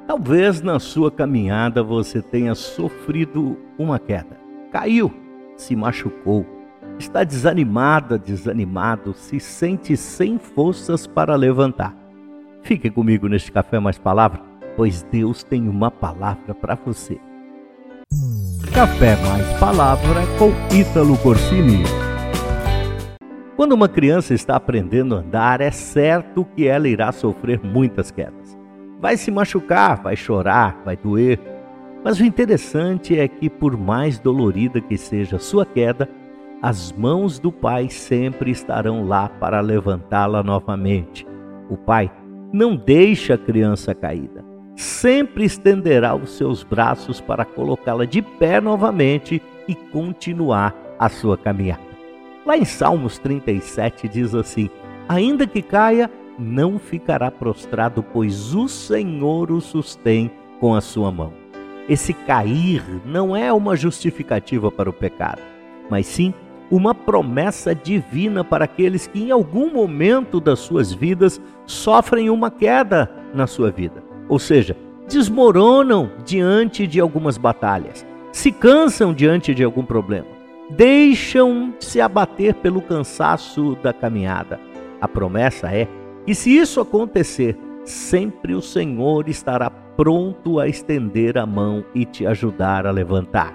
Talvez na sua caminhada você tenha sofrido uma queda. Caiu, se machucou, está desanimada, desanimado, se sente sem forças para levantar. Fique comigo neste Café Mais Palavra, pois Deus tem uma palavra para você. Café Mais Palavra com Ítalo Corsini. Quando uma criança está aprendendo a andar, é certo que ela irá sofrer muitas quedas. Vai se machucar, vai chorar, vai doer. Mas o interessante é que, por mais dolorida que seja a sua queda, as mãos do Pai sempre estarão lá para levantá-la novamente. O Pai não deixa a criança caída. Sempre estenderá os seus braços para colocá-la de pé novamente e continuar a sua caminhada. Lá em Salmos 37 diz assim: ainda que caia, não ficará prostrado, pois o Senhor o sustém com a sua mão. Esse cair não é uma justificativa para o pecado, mas sim uma promessa divina para aqueles que em algum momento das suas vidas sofrem uma queda na sua vida. Ou seja, desmoronam diante de algumas batalhas, se cansam diante de algum problema, deixam-se abater pelo cansaço da caminhada. A promessa é que, se isso acontecer, sempre o Senhor estará pronto a estender a mão e te ajudar a levantar.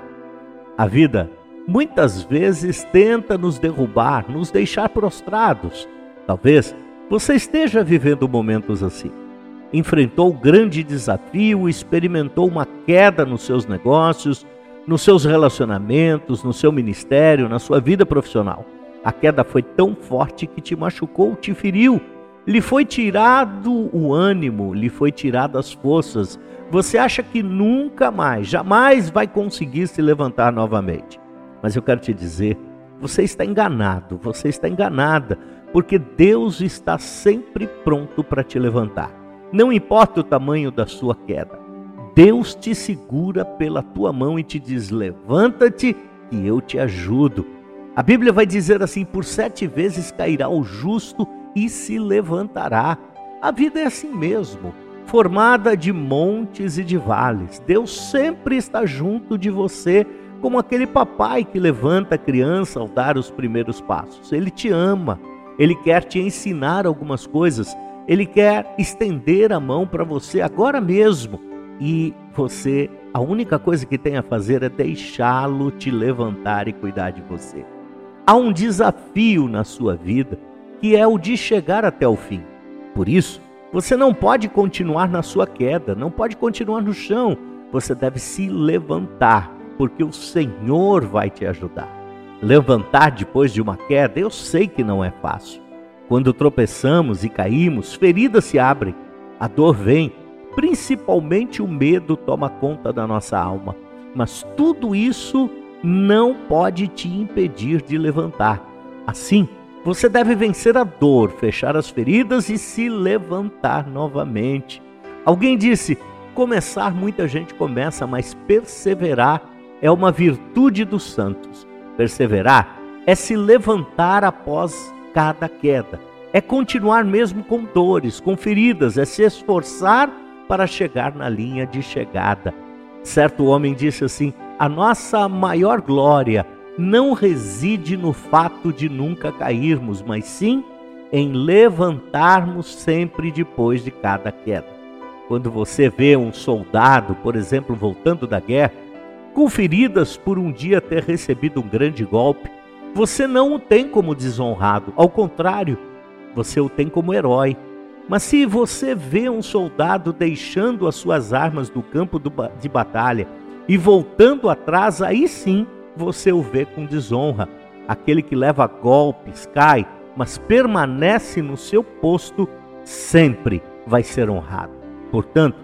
A vida muitas vezes tenta nos derrubar, nos deixar prostrados. Talvez você esteja vivendo momentos assim. Enfrentou grande desafio, experimentou uma queda nos seus negócios, nos seus relacionamentos, no seu ministério, na sua vida profissional. A queda foi tão forte que te machucou, te feriu. Lhe foi tirado o ânimo, lhe foi tirado as forças. Você acha que nunca mais, jamais vai conseguir se levantar novamente. Mas eu quero te dizer, você está enganado, você está enganada, porque Deus está sempre pronto para te levantar. Não importa o tamanho da sua queda, Deus te segura pela tua mão e te diz: levanta-te e eu te ajudo. A Bíblia vai dizer assim: por 7 vezes cairá o justo e se levantará. A vida é assim mesmo, formada de montes e de vales. Deus sempre está junto de você, como aquele papai que levanta a criança ao dar os primeiros passos. Ele te ama, Ele quer te ensinar algumas coisas, Ele quer estender a mão para você agora mesmo. E você, a única coisa que tem a fazer é deixá-lo te levantar e cuidar de você. Há um desafio na sua vida, que é o de chegar até o fim. Por isso, você não pode continuar na sua queda, não pode continuar no chão. Você deve se levantar, porque o Senhor vai te ajudar. Levantar depois de uma queda, eu sei que não é fácil. Quando tropeçamos e caímos, feridas se abrem, a dor vem, principalmente o medo toma conta da nossa alma. Mas tudo isso não pode te impedir de levantar. Assim, você deve vencer a dor, fechar as feridas e se levantar novamente. Alguém disse: começar muita gente começa, mas perseverar é uma virtude dos santos. Perseverar é se levantar após cada queda. É continuar mesmo com dores, com feridas, é se esforçar para chegar na linha de chegada. Certo homem disse assim: a nossa maior glória não reside no fato de nunca cairmos, mas sim em levantarmos sempre depois de cada queda. Quando você vê um soldado, por exemplo, voltando da guerra, com feridas por um dia ter recebido um grande golpe, você não o tem como desonrado, ao contrário, você o tem como herói. Mas se você vê um soldado deixando as suas armas no campo de batalha e voltando atrás, aí sim você o vê com desonra. Aquele que leva golpes, cai, mas permanece no seu posto, sempre vai ser honrado. Portanto,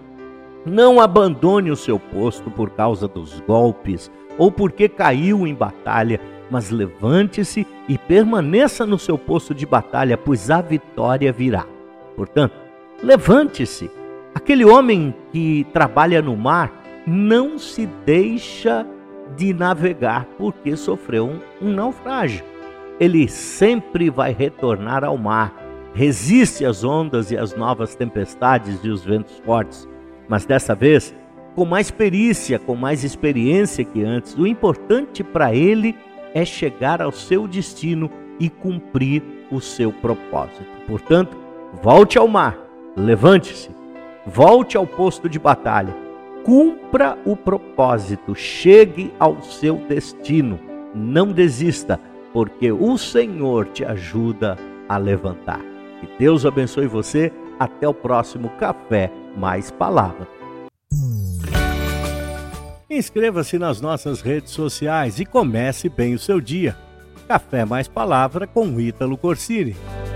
não abandone o seu posto por causa dos golpes ou porque caiu em batalha, mas levante-se e permaneça no seu posto de batalha, pois a vitória virá. Portanto, levante-se. Aquele homem que trabalha no mar não se deixa de navegar porque sofreu um naufrágio. Ele sempre vai retornar ao mar, resiste às ondas e às novas tempestades e os ventos fortes. mas dessa vez com mais perícia, com mais experiência que antes. O importante para ele é chegar ao seu destino e cumprir o seu propósito. Portanto, volte ao mar, levante-se, volte ao posto de batalha, cumpra o propósito, chegue ao seu destino. Não desista, porque o Senhor te ajuda a levantar. Que Deus abençoe você. Até o próximo Café Mais Palavra. Inscreva-se nas nossas redes sociais e comece bem o seu dia. Café Mais Palavra com Ítalo Corsini.